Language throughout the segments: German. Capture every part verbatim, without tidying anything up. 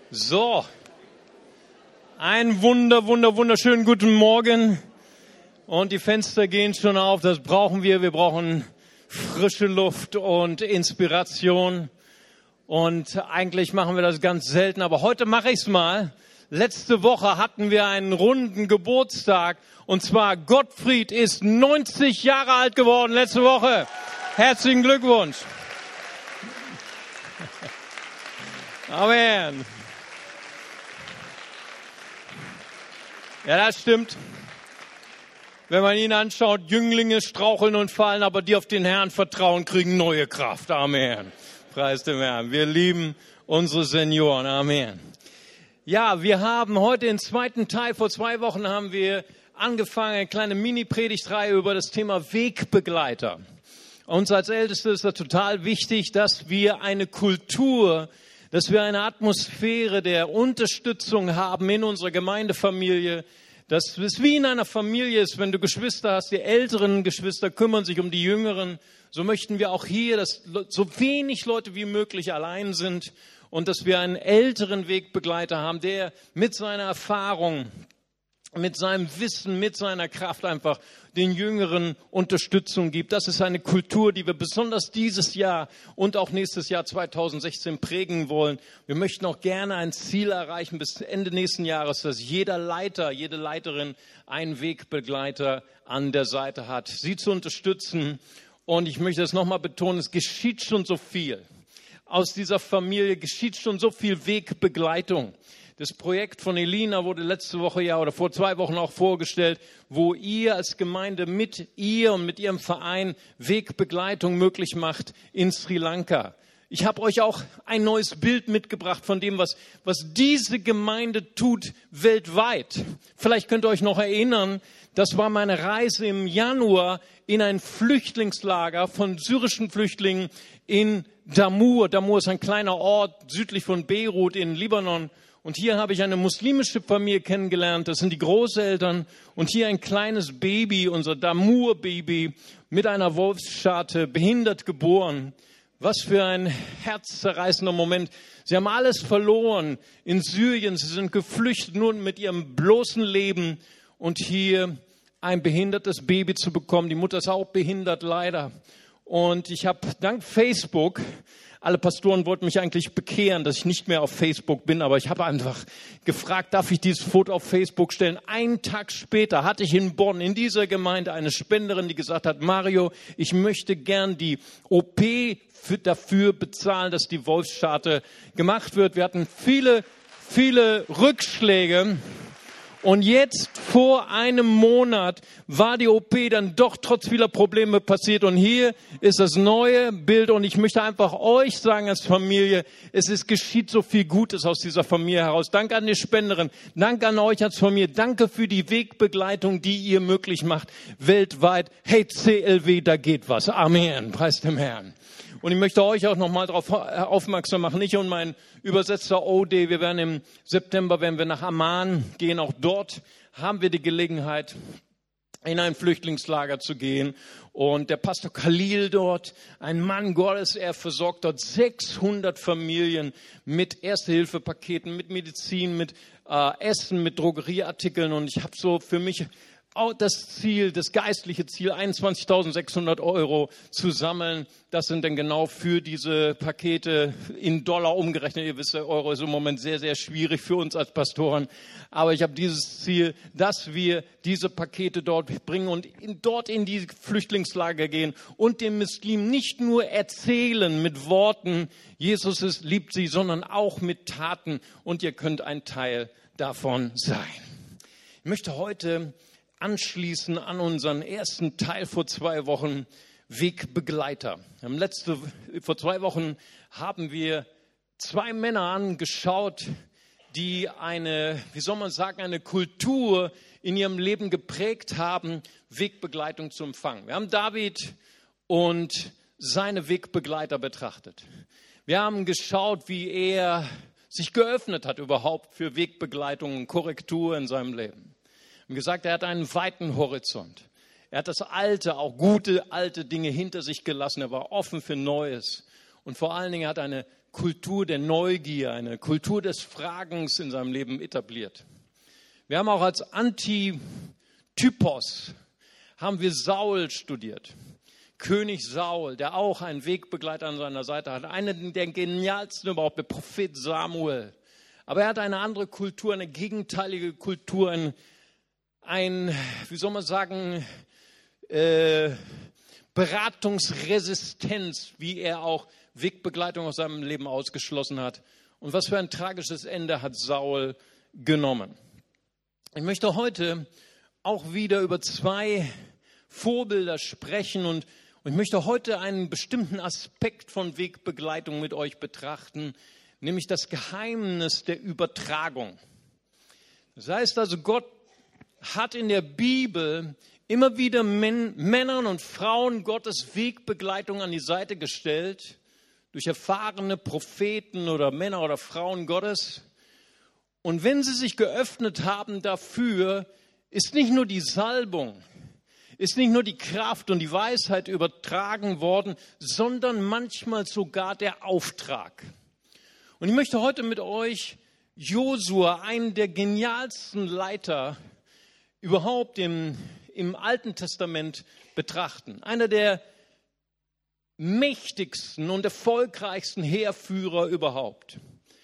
So, ein wunder, wunder, wunderschönen guten Morgen und die Fenster gehen schon auf, das brauchen wir, wir brauchen frische Luft und Inspiration und eigentlich machen wir das ganz selten, aber heute mache ich es mal. Letzte Woche hatten wir einen runden Geburtstag und zwar Gottfried ist neunzig Jahre alt geworden letzte Woche. Herzlichen Glückwunsch. Amen. Ja, das stimmt. Wenn man ihn anschaut, Jünglinge straucheln und fallen, aber die auf den Herrn vertrauen, kriegen neue Kraft. Amen. Preis dem Herrn. Wir lieben unsere Senioren. Amen. Ja, wir haben heute den zweiten Teil. Vor zwei Wochen haben wir angefangen, eine kleine Mini-Predigtreihe über das Thema Wegbegleiter. Uns als Älteste ist das total wichtig, dass wir eine Kultur, dass wir eine Atmosphäre der Unterstützung haben in unserer Gemeindefamilie, dass es wie in einer Familie ist, wenn du Geschwister hast, die älteren Geschwister kümmern sich um die jüngeren. So möchten wir auch hier, dass so wenig Leute wie möglich allein sind und dass wir einen älteren Wegbegleiter haben, der mit seiner Erfahrung, mit seinem Wissen, mit seiner Kraft einfach den Jüngeren Unterstützung gibt. Das ist eine Kultur, die wir besonders dieses Jahr und auch nächstes Jahr zweitausendsechzehn prägen wollen. Wir möchten auch gerne ein Ziel erreichen bis Ende nächsten Jahres, dass jeder Leiter, jede Leiterin einen Wegbegleiter an der Seite hat, sie zu unterstützen. Und ich möchte das nochmal betonen, es geschieht schon so viel. Aus dieser Familie geschieht schon so viel Wegbegleitung. Das Projekt von Elina wurde letzte Woche ja oder vor zwei Wochen auch vorgestellt, wo ihr als Gemeinde mit ihr und mit ihrem Verein Wegbegleitung möglich macht in Sri Lanka. Ich habe euch auch ein neues Bild mitgebracht von dem, was, was diese Gemeinde tut weltweit. Vielleicht könnt ihr euch noch erinnern, das war meine Reise im Januar in ein Flüchtlingslager von syrischen Flüchtlingen in Damour. Damour ist ein kleiner Ort südlich von Beirut in Libanon. Und hier habe ich eine muslimische Familie kennengelernt, das sind die Großeltern. Und hier ein kleines Baby, unser Damour-Baby, mit einer Wolfsscharte, behindert geboren. Was für ein herzzerreißender Moment. Sie haben alles verloren in Syrien, sie sind geflüchtet, nur mit ihrem bloßen Leben. Und hier ein behindertes Baby zu bekommen, die Mutter ist auch behindert, leider. Und ich habe dank Facebook... Alle Pastoren wollten mich eigentlich bekehren, dass ich nicht mehr auf Facebook bin, aber ich habe einfach gefragt, darf ich dieses Foto auf Facebook stellen? Einen Tag später hatte ich in Bonn in dieser Gemeinde eine Spenderin, die gesagt hat, Mario, ich möchte gern die O P für, dafür bezahlen, dass die Wolfsscharte gemacht wird. Wir hatten viele, viele Rückschläge. Und jetzt vor einem Monat war die O P dann doch trotz vieler Probleme passiert. Und hier ist das neue Bild. Und ich möchte einfach euch sagen als Familie, es ist, geschieht so viel Gutes aus dieser Familie heraus. Danke an die Spenderin. Danke an euch als Familie. Danke für die Wegbegleitung, die ihr möglich macht weltweit. Hey C L W, da geht was. Amen. Preis dem Herrn. Und ich möchte euch auch nochmal darauf aufmerksam machen, ich und mein Übersetzer Ode, wir werden im September, wenn wir nach Amman gehen, auch dort haben wir die Gelegenheit, in ein Flüchtlingslager zu gehen. Und der Pastor Khalil dort, ein Mann Gottes, er versorgt dort sechshundert Familien mit Erste-Hilfe-Paketen, mit Medizin, mit äh, Essen, mit Drogerieartikeln. Und ich habe so für mich auch das Ziel, das geistliche Ziel, einundzwanzigtausendsechshundert Euro zu sammeln. Das sind dann genau für diese Pakete in Dollar umgerechnet. Ihr wisst, der Euro ist im Moment sehr, sehr schwierig für uns als Pastoren. Aber ich habe dieses Ziel, dass wir diese Pakete dort bringen und in, dort in die Flüchtlingslager gehen und den Muslimen nicht nur erzählen mit Worten, Jesus ist, liebt sie, sondern auch mit Taten. Und ihr könnt ein Teil davon sein. Ich möchte heute anschließen an unseren ersten Teil vor zwei Wochen, Wegbegleiter. Letzte, vor zwei Wochen haben wir zwei Männer angeschaut, die eine, wie soll man sagen, eine Kultur in ihrem Leben geprägt haben, Wegbegleitung zu empfangen. Wir haben David und seine Wegbegleiter betrachtet. Wir haben geschaut, wie er sich geöffnet hat überhaupt für Wegbegleitung und Korrektur in seinem Leben. Wir haben gesagt, er hat einen weiten Horizont. Er hat das Alte, auch gute alte Dinge hinter sich gelassen. Er war offen für Neues. Und vor allen Dingen hat er eine Kultur der Neugier, eine Kultur des Fragens in seinem Leben etabliert. Wir haben auch als Antitypos, haben wir Saul studiert. König Saul, der auch einen Wegbegleiter an seiner Seite hat. Einen der genialsten überhaupt, der Prophet Samuel. Aber er hat eine andere Kultur, eine gegenteilige Kultur, ein, ein wie soll man sagen, äh, Beratungsresistenz, wie er auch Wegbegleitung aus seinem Leben ausgeschlossen hat. Und was für ein tragisches Ende hat Saul genommen. Ich möchte heute auch wieder über zwei Vorbilder sprechen und, und ich möchte heute einen bestimmten Aspekt von Wegbegleitung mit euch betrachten, nämlich das Geheimnis der Übertragung. Das heißt also, Gott hat in der Bibel immer wieder Men- Männern und Frauen Gottes Wegbegleitung an die Seite gestellt, durch erfahrene Propheten oder Männer oder Frauen Gottes. Und wenn sie sich geöffnet haben dafür, ist nicht nur die Salbung, ist nicht nur die Kraft und die Weisheit übertragen worden, sondern manchmal sogar der Auftrag. Und ich möchte heute mit euch Josua, einen der genialsten Leiter überhaupt im, im Alten Testament, betrachten. Einer der mächtigsten und erfolgreichsten Heerführer überhaupt.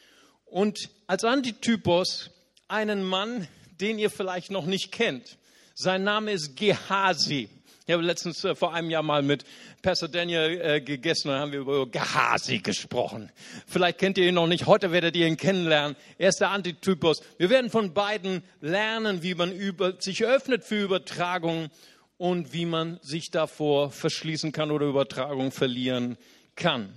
Und als Antitypos einen Mann, den ihr vielleicht noch nicht kennt. Sein Name ist Gehasi. Ich habe letztens äh, vor einem Jahr mal mit Pastor Daniel äh, gegessen und haben wir über Gehasi gesprochen. Vielleicht kennt ihr ihn noch nicht, heute werdet ihr ihn kennenlernen. Er ist der Antitypos. Wir werden von beiden lernen, wie man über, sich öffnet für Übertragung und wie man sich davor verschließen kann oder Übertragung verlieren kann.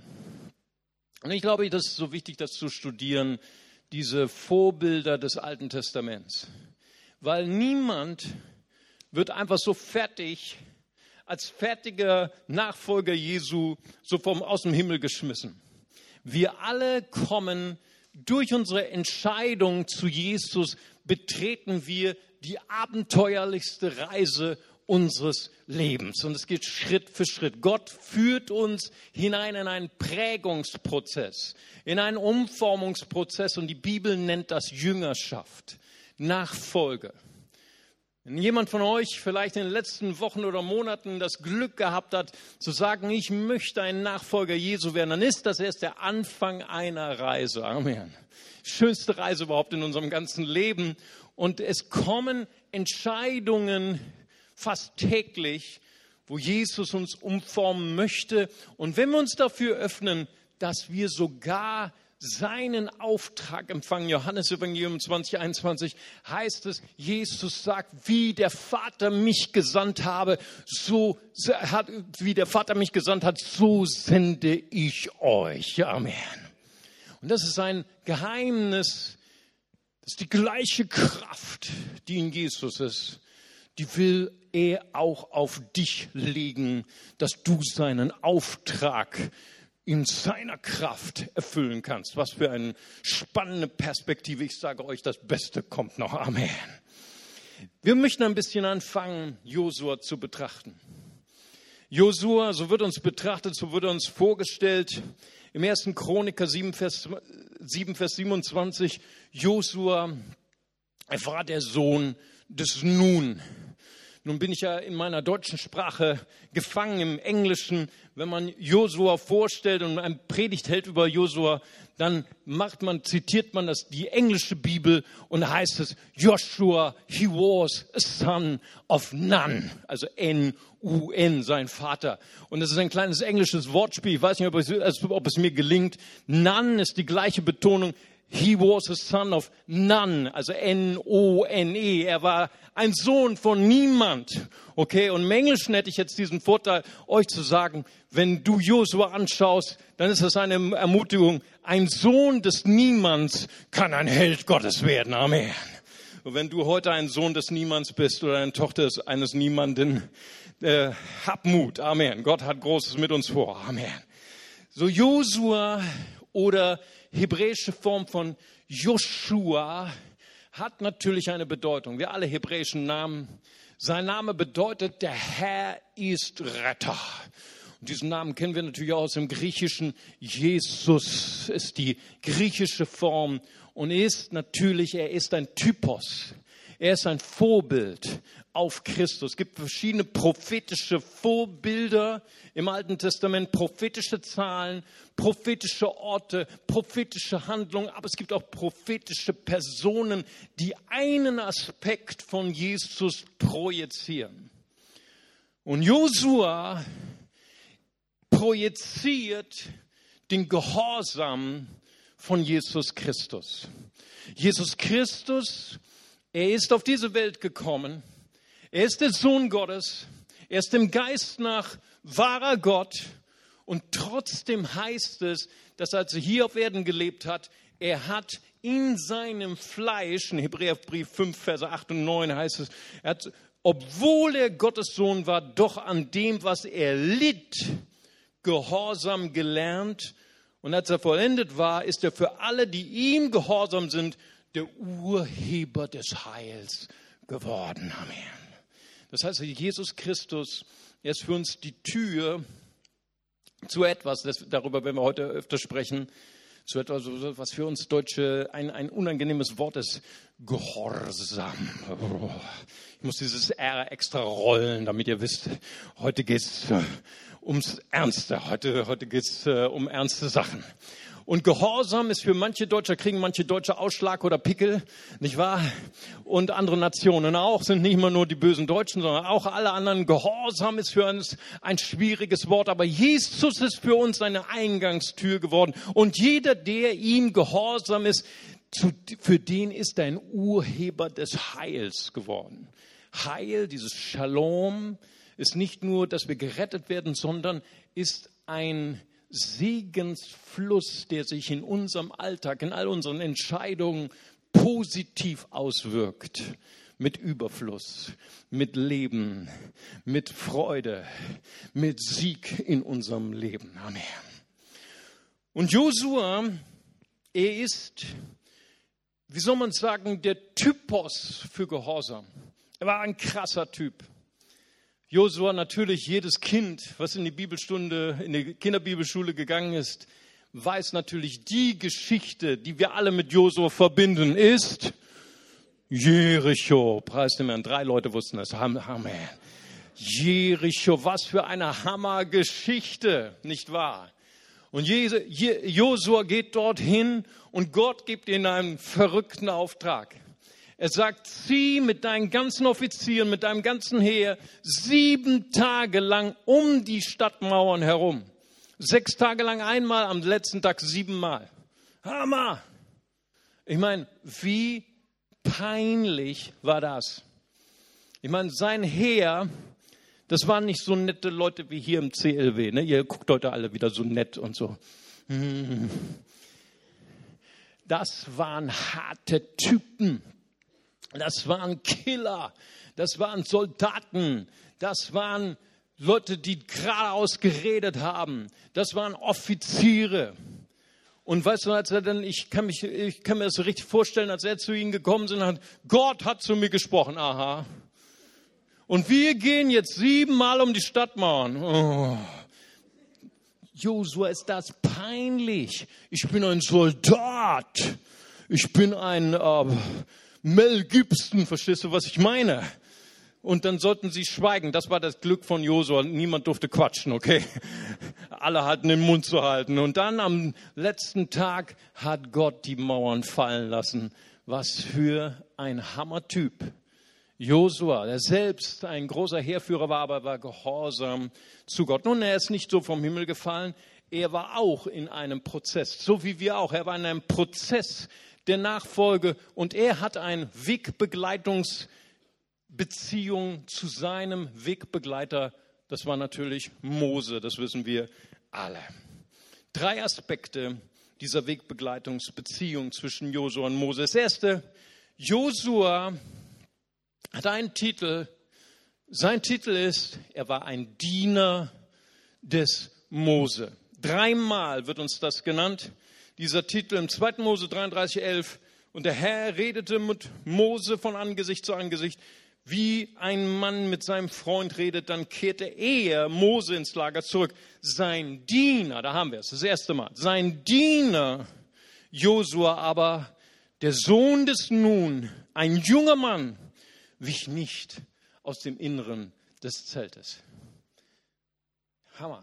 Und ich glaube, das ist so wichtig, das zu studieren, diese Vorbilder des Alten Testaments. Weil niemand wird einfach so fertig, als fertiger Nachfolger Jesu, so vom aus dem Himmel geschmissen. Wir alle kommen durch unsere Entscheidung zu Jesus, betreten wir die abenteuerlichste Reise unseres Lebens. Und es geht Schritt für Schritt. Gott führt uns hinein in einen Prägungsprozess, in einen Umformungsprozess. Und die Bibel nennt das Jüngerschaft, Nachfolge. Wenn jemand von euch vielleicht in den letzten Wochen oder Monaten das Glück gehabt hat, zu sagen, ich möchte ein Nachfolger Jesu werden, dann ist das erst der Anfang einer Reise. Amen. Schönste Reise überhaupt in unserem ganzen Leben. Und es kommen Entscheidungen fast täglich, wo Jesus uns umformen möchte. Und wenn wir uns dafür öffnen, dass wir sogar seinen Auftrag empfangen, Johannes Evangelium zwanzig einundzwanzig heißt es, Jesus sagt, wie der Vater mich gesandt habe, so hat, wie der Vater mich gesandt hat, so sende ich euch. Amen. Und das ist ein Geheimnis, das ist die gleiche Kraft, die in Jesus ist, die will er auch auf dich legen, dass du seinen Auftrag in seiner Kraft erfüllen kannst. Was für eine spannende Perspektive. Ich sage euch, das Beste kommt noch. Amen. Wir möchten ein bisschen anfangen, Josua zu betrachten. Josua, so wird uns betrachtet, so wird uns vorgestellt, im ersten Chroniker sieben, Vers siebenundzwanzig, Josua, er war der Sohn des Nun. Nun bin ich ja in meiner deutschen Sprache gefangen im Englischen. Wenn man Josua vorstellt und eine Predigt hält über Josua, dann macht man, zitiert man das, die englische Bibel und heißt es, Joshua, he was a son of Nun, also N U N, sein Vater. Und das ist ein kleines englisches Wortspiel. Ich weiß nicht, ob es, ob es mir gelingt. Nun ist die gleiche Betonung. He was a son of none, also N O N E. Er war ein Sohn von niemand. Okay, und im Englischen hätte ich jetzt diesen Vorteil, euch zu sagen, wenn du Josua anschaust, dann ist das eine Ermutigung. Ein Sohn des Niemands kann ein Held Gottes werden. Amen. Und wenn du heute ein Sohn des Niemands bist oder eine Tochter eines Niemanden, äh, hab Mut. Amen. Gott hat Großes mit uns vor. Amen. So Josua oder hebräische Form von Joshua hat natürlich eine Bedeutung. Wir alle hebräischen Namen. Sein Name bedeutet, der Herr ist Retter. Und diesen Namen kennen wir natürlich auch aus dem Griechischen. Jesus ist die griechische Form und ist natürlich, er ist ein Typos. Er ist ein Vorbild auf Christus. Es gibt verschiedene prophetische Vorbilder im Alten Testament, prophetische Zahlen, prophetische Orte, prophetische Handlungen, aber es gibt auch prophetische Personen, die einen Aspekt von Jesus projizieren. Und Josua projiziert den Gehorsam von Jesus Christus. Jesus Christus, er ist auf diese Welt gekommen. Er ist der Sohn Gottes. Er ist im Geist nach wahrer Gott. Und trotzdem heißt es, dass als er hier auf Erden gelebt hat, er hat in seinem Fleisch, in Hebräerbrief fünf, Verse acht und neun heißt es, er hat, obwohl er Gottes Sohn war, doch an dem, was er litt, Gehorsam gelernt. Und als er vollendet war, ist er für alle, die ihm gehorsam sind, der Urheber des Heils geworden. Amen. Das heißt, Jesus Christus, er ist für uns die Tür zu etwas, das, darüber werden wir heute öfter sprechen, zu etwas, was für uns Deutsche ein, ein unangenehmes Wort ist, Gehorsam. Ich muss dieses R extra rollen, damit ihr wisst, heute geht es ums Ernste, heute, heute geht es äh, um ernste Sachen. Und Gehorsam ist für manche Deutsche, kriegen manche Deutsche Ausschlag oder Pickel, nicht wahr? Und andere Nationen auch, sind nicht immer nur die bösen Deutschen, sondern auch alle anderen. Gehorsam ist für uns ein schwieriges Wort, aber Jesus ist für uns eine Eingangstür geworden. Und jeder, der ihm gehorsam ist, für den ist er ein Urheber des Heils geworden. Heil, dieses Shalom, ist nicht nur, dass wir gerettet werden, sondern ist ein Segensfluss, der sich in unserem Alltag, in all unseren Entscheidungen positiv auswirkt. Mit Überfluss, mit Leben, mit Freude, mit Sieg in unserem Leben. Amen. Und Josua, er ist, wie soll man sagen, der Typos für Gehorsam. Er war ein krasser Typ. Josua, natürlich jedes Kind, was in die Bibelstunde, in die Kinderbibelschule gegangen ist, weiß natürlich, die Geschichte, die wir alle mit Josua verbinden, ist Jericho. Preis dem Herrn, drei Leute wussten das. Amen. Jericho, was für eine Hammergeschichte, nicht wahr? Und Josua geht dorthin und Gott gibt ihm einen verrückten Auftrag. Er sagt, zieh mit deinen ganzen Offizieren, mit deinem ganzen Heer sieben Tage lang um die Stadtmauern herum. Sechs Tage lang einmal, am letzten Tag siebenmal. Hammer! Ich meine, wie peinlich war das? Ich meine, sein Heer, das waren nicht so nette Leute wie hier im C L W. Ne? Ihr guckt heute alle wieder so nett und so. Das waren harte Typen. Das waren Killer, das waren Soldaten, das waren Leute, die geradeaus geredet haben, das waren Offiziere. Und weißt du, als er dann, ich kann, mich, ich kann mir das so richtig vorstellen, als er zu ihnen gekommen ist und hat, Gott hat zu mir gesprochen, aha. Und wir gehen jetzt siebenmal um die Stadtmauern. Oh. Josua, ist das peinlich. Ich bin ein Soldat. Ich bin ein... Äh, Mel Gibson, verstehst du, was ich meine? Und dann sollten sie schweigen. Das war das Glück von Josua. Niemand durfte quatschen, okay? Alle hatten den Mund zu halten. Und dann am letzten Tag hat Gott die Mauern fallen lassen. Was für ein Hammertyp. Josua, der selbst ein großer Heerführer war, aber war gehorsam zu Gott. Nun, er ist nicht so vom Himmel gefallen. Er war auch in einem Prozess, so wie wir auch. Er war in einem Prozess der Nachfolge und er hat eine Wegbegleitungsbeziehung zu seinem Wegbegleiter. Das war natürlich Mose, das wissen wir alle. Drei Aspekte dieser Wegbegleitungsbeziehung zwischen Josua und Mose. Das erste, Josua hat einen Titel. Sein Titel ist, er war ein Diener des Mose. Dreimal wird uns das genannt. Dieser Titel im zweiten Mose dreiunddreißig, elf. Und der Herr redete mit Mose von Angesicht zu Angesicht, wie ein Mann mit seinem Freund redet, dann kehrte er, Mose, ins Lager zurück. Sein Diener, da haben wir es, das erste Mal, sein Diener Josua aber, der Sohn des Nun, ein junger Mann, wich nicht aus dem Inneren des Zeltes. Hammer.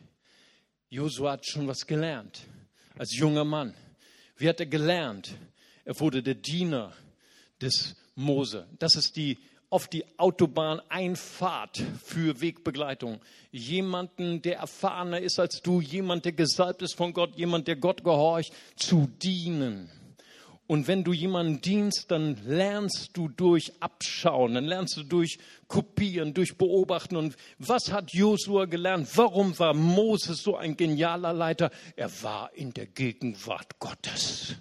Josua hat schon was gelernt als junger Mann. Wie hat er gelernt? Er wurde der Diener des Mose. Das ist die auf die Autobahneinfahrt für Wegbegleitung. Jemanden, der erfahrener ist als du, jemand, der gesalbt ist von Gott, jemand, der Gott gehorcht, zu dienen. Und wenn du jemanden dienst, dann lernst du durch Abschauen, dann lernst du durch Kopieren, durch Beobachten. Und was hat Josua gelernt? Warum war Moses so ein genialer Leiter? Er war in der Gegenwart Gottes.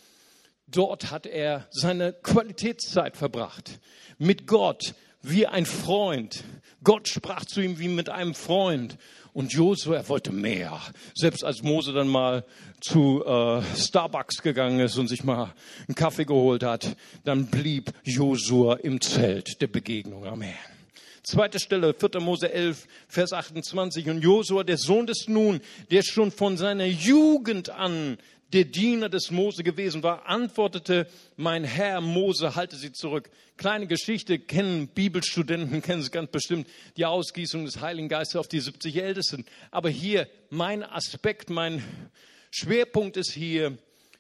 Dort hat er seine Qualitätszeit verbracht. Mit Gott wie ein Freund. Gott sprach zu ihm wie mit einem Freund. Und Josua, er wollte mehr. Selbst als Mose dann mal zu äh, Starbucks gegangen ist und sich mal einen Kaffee geholt hat, dann blieb Josua im Zelt der Begegnung. Amen. Zweite Stelle, vierter Mose elf, Vers achtundzwanzig. Und Josua, der Sohn des Nun, der schon von seiner Jugend an der Diener des Mose gewesen war, antwortete: Mein Herr Mose, halte sie zurück. Kleine Geschichte, kennen Bibelstudenten, kennen sie ganz bestimmt, die Ausgießung des Heiligen Geistes auf die siebzig Ältesten. Aber hier, mein Aspekt, mein Schwerpunkt ist hier,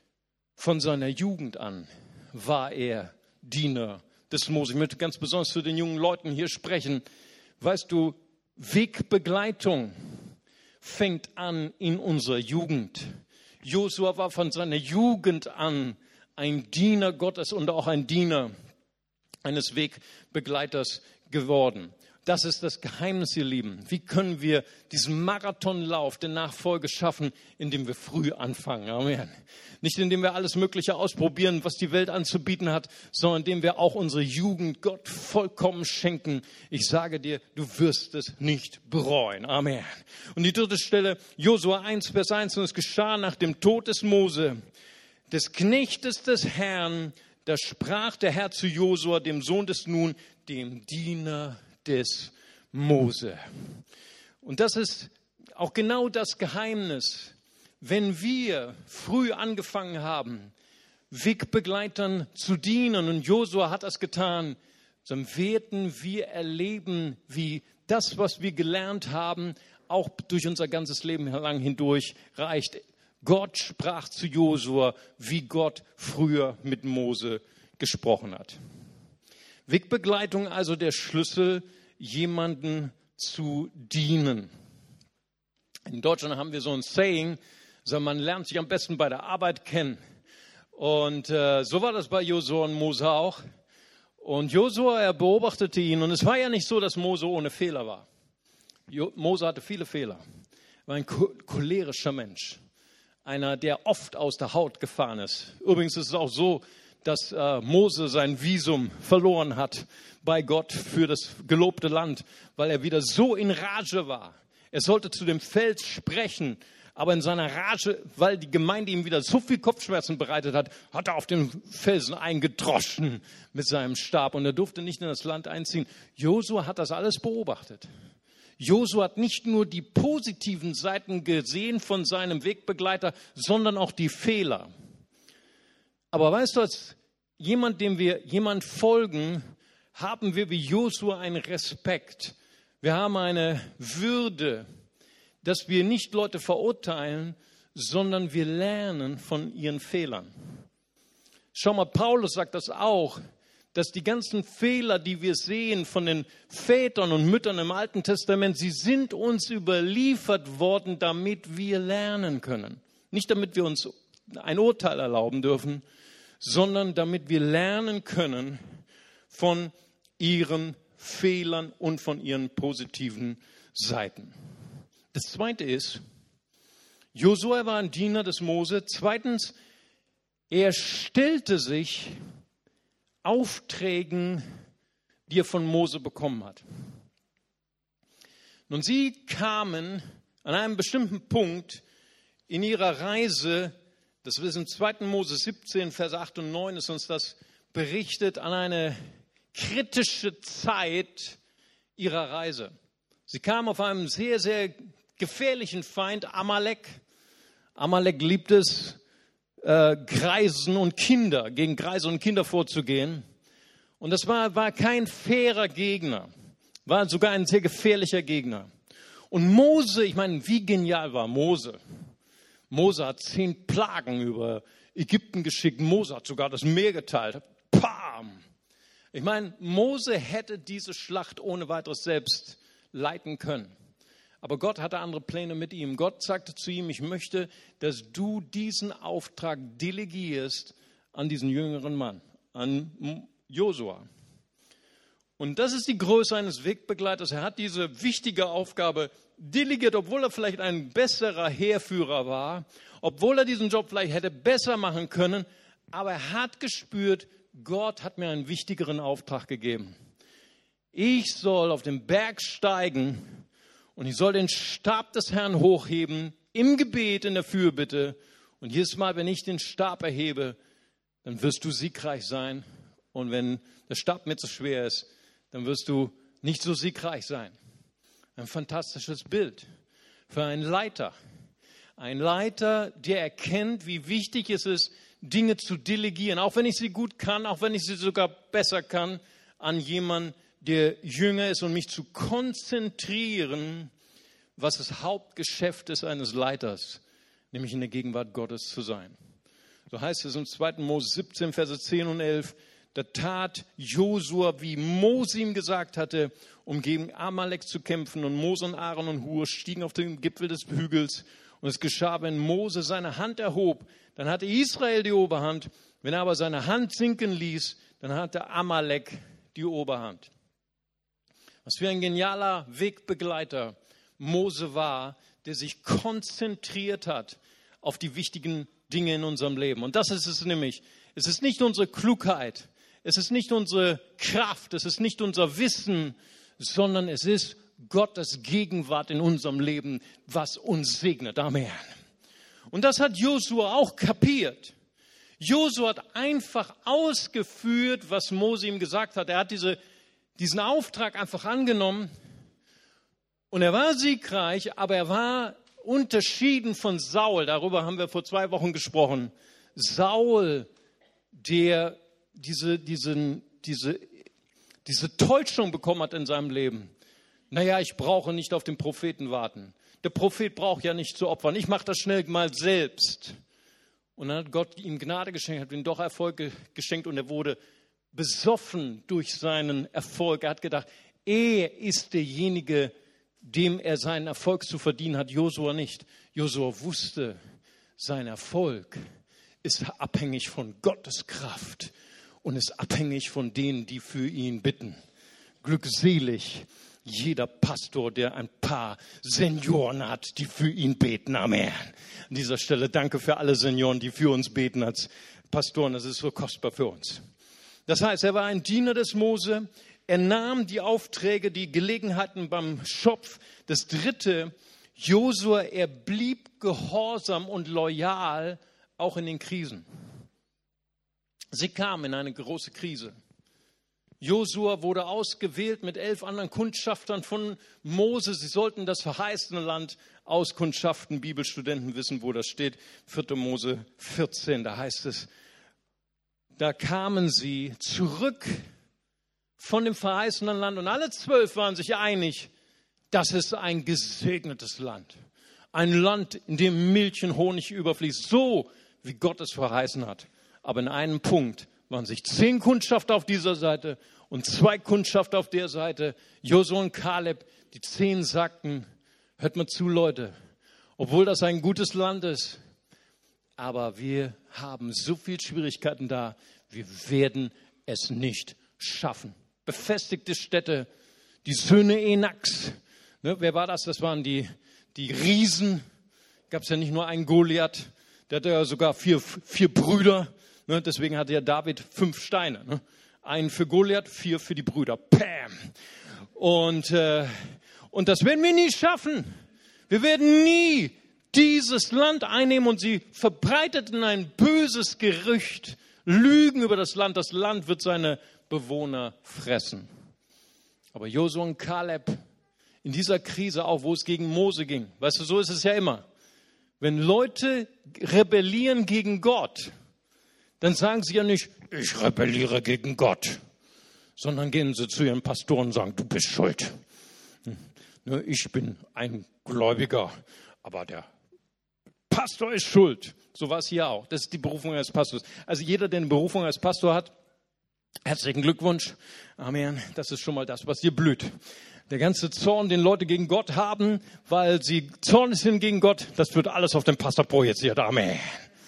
von seiner Jugend an war er Diener des Mose. Ich möchte ganz besonders zu den jungen Leuten hier sprechen. Weißt du, Wegbegleitung fängt an in unserer Jugend. Josua war von seiner Jugend an ein Diener Gottes und auch ein Diener eines Wegbegleiters geworden. Das ist das Geheimnis, ihr Lieben. Wie können wir diesen Marathonlauf der Nachfolge schaffen? Indem wir früh anfangen. Amen. Nicht indem wir alles Mögliche ausprobieren, was die Welt anzubieten hat, sondern indem wir auch unsere Jugend Gott vollkommen schenken. Ich sage dir, du wirst es nicht bereuen. Amen. Und die dritte Stelle, Josua eins, Vers eins. Und es geschah nach dem Tod des Mose, des Knechtes des Herrn, da sprach der Herr zu Josua, dem Sohn des Nun, dem Diener des Mose. Und das ist auch genau das Geheimnis. Wenn wir früh angefangen haben, Wegbegleitern zu dienen, und Josua hat das getan, dann werden wir erleben, wie das, was wir gelernt haben, auch durch unser ganzes Leben lang hindurch reicht. Gott sprach zu Josua, wie Gott früher mit Mose gesprochen hat. Wegbegleitung also der Schlüssel, jemanden zu dienen. In Deutschland haben wir so ein Saying, so man lernt sich am besten bei der Arbeit kennen. Und äh, so war das bei Josua und Mose auch. Und Josua, er beobachtete ihn. Und es war ja nicht so, dass Mose ohne Fehler war. Jo- Mose hatte viele Fehler. Er war ein cho- cholerischer Mensch. Einer, der oft aus der Haut gefahren ist. Übrigens ist es auch so, dass äh, Mose sein Visum verloren hat bei Gott für das gelobte Land, weil er wieder so in Rage war. Er sollte zu dem Fels sprechen, aber in seiner Rage, weil die Gemeinde ihm wieder so viel Kopfschmerzen bereitet hat, hat er auf den Felsen eingedroschen mit seinem Stab und er durfte nicht in das Land einziehen. Josua hat das alles beobachtet. Josua hat nicht nur die positiven Seiten gesehen von seinem Wegbegleiter, sondern auch die Fehler. Aber weißt du, als jemand, dem wir jemand folgen, haben wir wie Josua einen Respekt. Wir haben eine Würde, dass wir nicht Leute verurteilen, sondern wir lernen von ihren Fehlern. Schau mal, Paulus sagt das auch, dass die ganzen Fehler, die wir sehen von den Vätern und Müttern im Alten Testament, sie sind uns überliefert worden, damit wir lernen können. Nicht damit wir uns ein Urteil erlauben dürfen, sondern damit wir lernen können von ihren Fehlern und von ihren positiven Seiten. Das Zweite ist, Josua war ein Diener des Mose. Zweitens, er stellte sich Aufträgen, die er von Mose bekommen hat. Nun, sie kamen an einem bestimmten Punkt in ihrer Reise, das ist im zweiten Mose siebzehn, Vers acht und neun ist uns das berichtet, an eine kritische Zeit ihrer Reise. Sie kamen auf einen sehr, sehr gefährlichen Feind, Amalek. Amalek liebt es, äh, Greisen und Kinder, gegen Greise und Kinder vorzugehen. Und das war, war kein fairer Gegner, war sogar ein sehr gefährlicher Gegner. Und Mose, ich meine, wie genial war Mose? Mose hat zehn Plagen über Ägypten geschickt. Mose hat sogar das Meer geteilt. Pam! Ich meine, Mose hätte diese Schlacht ohne weiteres selbst leiten können. Aber Gott hatte andere Pläne mit ihm. Gott sagte zu ihm, ich möchte, dass du diesen Auftrag delegierst an diesen jüngeren Mann, an Josua. Und das ist die Größe eines Wegbegleiters. Er hat diese wichtige Aufgabe delegiert, obwohl er vielleicht ein besserer Heerführer war, obwohl er diesen Job vielleicht hätte besser machen können, aber er hat gespürt, Gott hat mir einen wichtigeren Auftrag gegeben. Ich soll auf den Berg steigen und ich soll den Stab des Herrn hochheben, im Gebet, in der Fürbitte. Und jedes Mal, wenn ich den Stab erhebe, dann wirst du siegreich sein. Und wenn der Stab mir zu schwer ist, dann wirst du nicht so siegreich sein. Ein fantastisches Bild für einen Leiter. Ein Leiter, der erkennt, wie wichtig es ist, Dinge zu delegieren, auch wenn ich sie gut kann, auch wenn ich sie sogar besser kann, an jemanden, der jünger ist und mich zu konzentrieren, was das Hauptgeschäft ist eines Leiters, nämlich in der Gegenwart Gottes zu sein. So heißt es im zweiten Mose siebzehn, Verse zehn und elf, da tat Josua, wie Mose ihm gesagt hatte, um gegen Amalek zu kämpfen. Und Mose und Aaron und Hur stiegen auf den Gipfel des Hügels. Und es geschah, wenn Mose seine Hand erhob, dann hatte Israel die Oberhand. Wenn er aber seine Hand sinken ließ, dann hatte Amalek die Oberhand. Was für ein genialer Wegbegleiter Mose war, der sich konzentriert hat auf die wichtigen Dinge in unserem Leben. Und das ist es nämlich. Es ist nicht unsere Klugheit, es ist nicht unsere Kraft, es ist nicht unser Wissen, sondern es ist Gottes Gegenwart in unserem Leben, was uns segnet. Amen. Und das hat Josua auch kapiert. Josua hat einfach ausgeführt, was Mose ihm gesagt hat. Er hat diese, diesen Auftrag einfach angenommen und er war siegreich, aber er war unterschieden von Saul. Darüber haben wir vor zwei Wochen gesprochen. Saul, der diese, diesen, diese, diese Täuschung bekommen hat in seinem Leben. Naja, ich brauche nicht auf den Propheten warten. Der Prophet braucht ja nicht zu opfern. Ich mache das schnell mal selbst. Und dann hat Gott ihm Gnade geschenkt, hat ihm doch Erfolg geschenkt und er wurde besoffen durch seinen Erfolg. Er hat gedacht, er ist derjenige, dem er seinen Erfolg zu verdienen hat, Josua nicht. Josua wusste, sein Erfolg ist abhängig von Gottes Kraft und ist abhängig von denen, die für ihn bitten. Glückselig jeder Pastor, der ein paar Senioren hat, die für ihn beten. Amen. An dieser Stelle danke für alle Senioren, die für uns beten als Pastoren. Das ist so kostbar für uns. Das heißt, er war ein Diener des Mose. Er nahm die Aufträge, die Gelegenheiten beim Schopf. Das Dritte, Josua, er blieb gehorsam und loyal, auch in den Krisen. Sie kamen in eine große Krise. Josua wurde ausgewählt mit elf anderen Kundschaftern von Mose. Sie sollten das verheißene Land auskundschaften. Bibelstudenten wissen, wo das steht. vierte Mose vierzehn, da heißt es, da kamen sie zurück von dem verheißenen Land und alle zwölf waren sich einig, das ist ein gesegnetes Land. Ein Land, in dem Milch und Honig überfließt, so wie Gott es verheißen hat. Aber in einem Punkt waren sich zehn Kundschafter auf dieser Seite und zwei Kundschafter auf der Seite, Josua und Kaleb. Die zehn sagten, hört mal zu, Leute, obwohl das ein gutes Land ist, aber wir haben so viele Schwierigkeiten da, wir werden es nicht schaffen. Befestigte Städte, die Söhne Enaks. Ne, wer war das? Das waren die, die Riesen. Gab es ja nicht nur einen Goliath, der hatte ja sogar vier, vier Brüder. Ne, deswegen hatte ja David fünf Steine. Ne? Einen für Goliath, vier für die Brüder. Pam! Und, äh, und das werden wir nie schaffen. Wir werden nie dieses Land einnehmen und sie verbreiteten ein böses Gerücht. lügen über das Land. Das Land wird seine Bewohner fressen. Aber Josua und Kaleb, in dieser Krise auch, wo es gegen Mose ging, weißt du, so ist es ja immer. Wenn Leute rebellieren gegen Gott, dann sagen sie ja nicht, ich rebelliere gegen Gott, sondern gehen sie zu ihren Pastoren und sagen, du bist schuld. Ich bin ein Gläubiger, aber der Pastor ist schuld. So war es hier auch. Das ist die Berufung als Pastor. Also jeder, der eine Berufung als Pastor hat, herzlichen Glückwunsch. Amen. Das ist schon mal das, was dir blüht. Der ganze Zorn, den Leute gegen Gott haben, weil sie zornig sind gegen Gott, das wird alles auf den Pastor projiziert. Amen.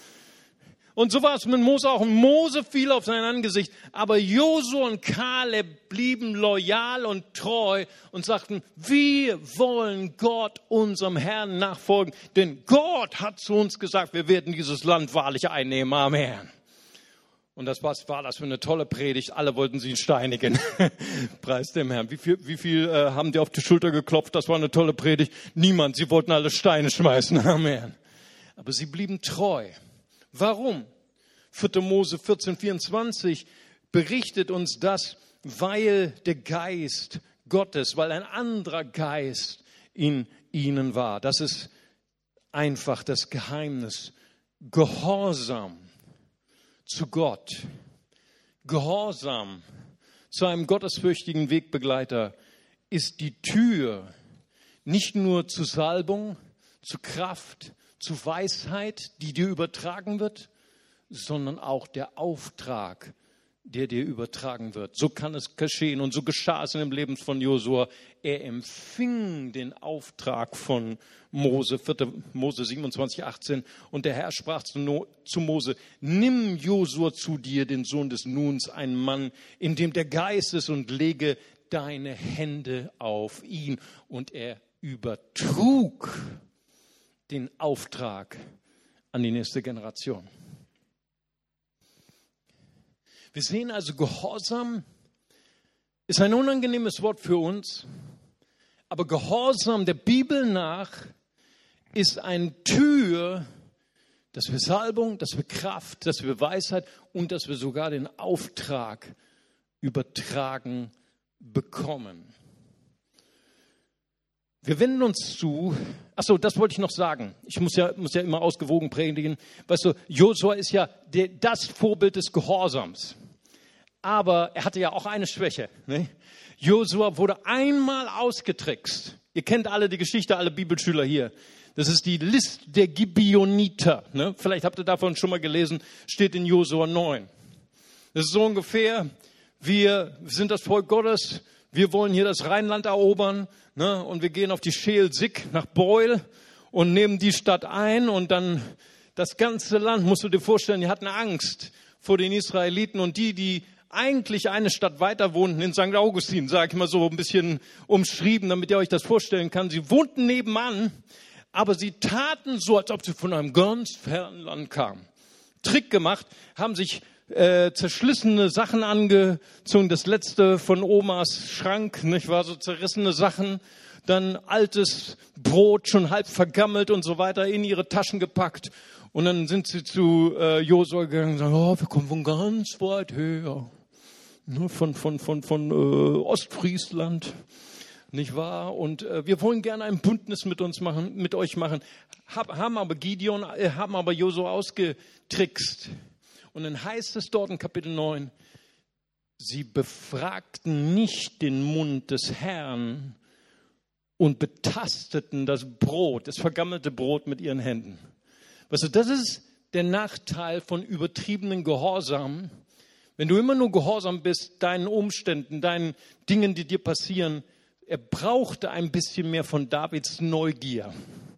Und so war es mit Mose auch. Und Mose fiel auf sein Angesicht. Aber Josua und Kaleb blieben loyal und treu und sagten, wir wollen Gott, unserem Herrn, nachfolgen. Denn Gott hat zu uns gesagt, wir werden dieses Land wahrlich einnehmen. Amen. Und das was war das für eine tolle Predigt. Alle wollten sie ihn steinigen. Preis dem Herrn. Wie viel, wie viel äh, haben die auf die Schulter geklopft? Das war eine tolle Predigt. Niemand. Sie wollten alle Steine schmeißen. Amen. Aber sie blieben treu. Warum? vierter Mose vierzehn vierundzwanzig berichtet uns das, weil der Geist Gottes, weil ein anderer Geist in ihnen war. Das ist einfach das Geheimnis. Gehorsam zu Gott. Gehorsam zu einem gottesfürchtigen Wegbegleiter ist die Tür nicht nur zu Salbung, zu Kraft, zu Weisheit, die dir übertragen wird, sondern auch der Auftrag, der dir übertragen wird. So kann es geschehen und so geschah es in dem Leben von Josua. Er empfing den Auftrag von Mose, vierter Mose siebenundzwanzig achtzehn. Und der Herr sprach zu, no, zu Mose, nimm Josua zu dir, den Sohn des Nuns, einen Mann, in dem der Geist ist, und lege deine Hände auf ihn. Und er übertrug den Auftrag an die nächste Generation. Wir sehen also, Gehorsam ist ein unangenehmes Wort für uns, aber Gehorsam der Bibel nach ist eine Tür, dass wir Salbung, dass wir Kraft, dass wir Weisheit und dass wir sogar den Auftrag übertragen bekommen. Wir wenden uns zu, ach so, das wollte ich noch sagen. Ich muss ja, muss ja immer ausgewogen predigen. Weißt du, Josua ist ja der, das Vorbild des Gehorsams. Aber er hatte ja auch eine Schwäche. Ne? Josua wurde einmal ausgetrickst. Ihr kennt alle die Geschichte, alle Bibelschüler hier. Das ist die List der Gibeoniter. Ne? Vielleicht habt ihr davon schon mal gelesen, steht in Josua neun. Das ist so ungefähr, wir sind das Volk Gottes, wir wollen hier das Rheinland erobern, ne? Und wir gehen auf die Scheel-Sig nach Beul und nehmen die Stadt ein und dann das ganze Land, musst du dir vorstellen, die hatten Angst vor den Israeliten und die, die eigentlich eine Stadt weiter wohnten, in Sankt Augustin, sage ich mal so ein bisschen umschrieben, damit ihr euch das vorstellen kann. Sie wohnten nebenan, aber sie taten so, als ob sie von einem ganz fernen Land kamen. Trick gemacht, haben sich Äh, zerschlissene Sachen angezogen, das letzte von Omas Schrank, nicht wahr, so zerrissene Sachen, dann altes Brot, schon halb vergammelt und so weiter, in ihre Taschen gepackt. Und dann sind sie zu äh, Josua gegangen und sagen, oh, wir kommen von ganz weit her, ne, von, von, von, von äh, Ostfriesland, nicht wahr? Und äh, wir wollen gerne ein Bündnis mit uns machen, mit euch machen, Hab, haben aber Gideon, äh, haben aber Josua ausgetrickst. Und dann heißt es dort in Kapitel neun, sie befragten nicht den Mund des Herrn und betasteten das Brot, das vergammelte Brot mit ihren Händen. Weißt du, das ist der Nachteil von übertriebenen Gehorsam. Wenn du immer nur gehorsam bist, deinen Umständen, deinen Dingen, die dir passieren, er brauchte ein bisschen mehr von Davids Neugier.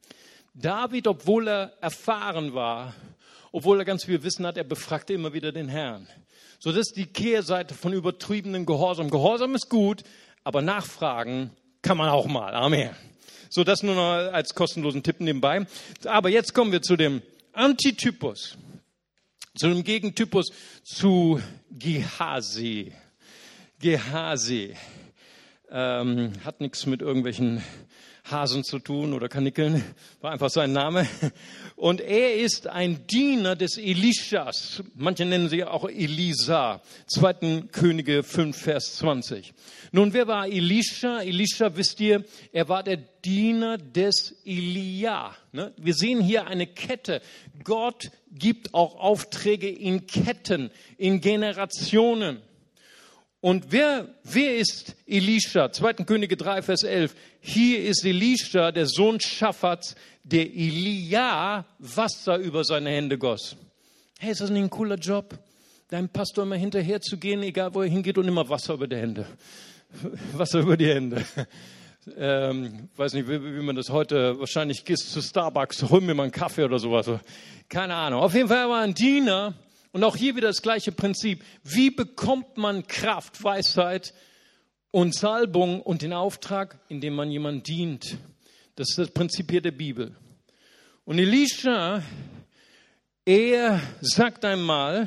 David, obwohl er erfahren war, obwohl er ganz viel Wissen hat, er befragte immer wieder den Herrn. So, das ist die Kehrseite von übertriebenen Gehorsam. Gehorsam ist gut, aber nachfragen kann man auch mal. Amen. So, das nur noch als kostenlosen Tipp nebenbei. Aber jetzt kommen wir zu dem Antitypus, zu dem Gegentypus, zu Gehasi. Gehasi ähm, hat nichts mit irgendwelchen Hasen zu tun oder Kanickeln, war einfach sein Name. Und er ist ein Diener des Elischas. Manche nennen sie auch Elisa. zweiten Könige fünf, Vers zwanzig. Nun, wer war Elisha? Elisha, wisst ihr, er war der Diener des Elia. Wir sehen hier eine Kette. Gott gibt auch Aufträge in Ketten, in Generationen. Und wer, wer ist Elisha? zweiten Könige drei, Vers elf. Hier ist Elisha, der Sohn Schaphats, der Elia Wasser über seine Hände goss. Hey, ist das nicht ein cooler Job? Deinem Pastor immer hinterher zu gehen, egal wo er hingeht, und immer Wasser über die Hände. Wasser über die Hände. Ähm, weiß nicht, wie, wie man das heute, wahrscheinlich gehst zu Starbucks, hol mir mal einen Kaffee oder sowas. Keine Ahnung. Auf jeden Fall war er ein Diener. Und auch hier wieder das gleiche Prinzip. Wie bekommt man Kraft, Weisheit und Salbung und den Auftrag, indem man jemand dient? Das ist das Prinzip hier der Bibel. Und Elisha, er sagt einmal,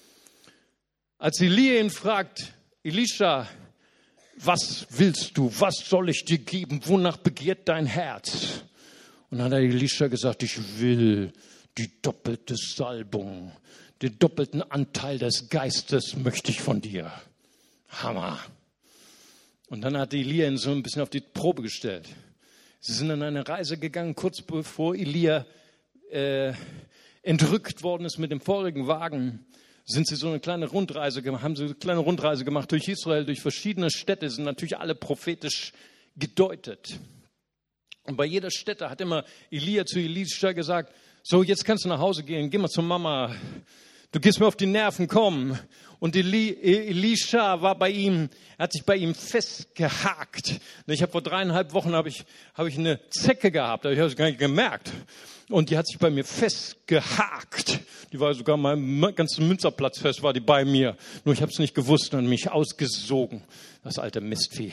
als Elia ihn fragt, Elisha, was willst du? Was soll ich dir geben? Wonach begehrt dein Herz? Und dann hat Elisha gesagt, ich will die doppelte Salbung. Den doppelten Anteil des Geistes möchte ich von dir. Hammer. Und dann hat Elia ihn so ein bisschen auf die Probe gestellt. Sie sind an eine Reise gegangen, kurz bevor Elia äh, entrückt worden ist mit dem vorigen Wagen. Sind sie so eine kleine Rundreise gemacht, haben sie eine kleine Rundreise gemacht durch Israel, durch verschiedene Städte, sind natürlich alle prophetisch gedeutet. Und bei jeder Stätte hat immer Elia zu Elisha gesagt, so, jetzt kannst du nach Hause gehen, geh mal zur Mama. Du gehst mir auf die Nerven, komm. Und Eli, Elisha war bei ihm, er hat sich bei ihm festgehakt. Ich habe vor dreieinhalb Wochen habe ich, habe ich eine Zecke gehabt, ich habe es gar nicht gemerkt. Und die hat sich bei mir festgehakt. Die war sogar meinem ganzen Münzerplatz fest, war die bei mir. Nur ich habe es nicht gewusst und mich ausgesogen. Das alte Mistvieh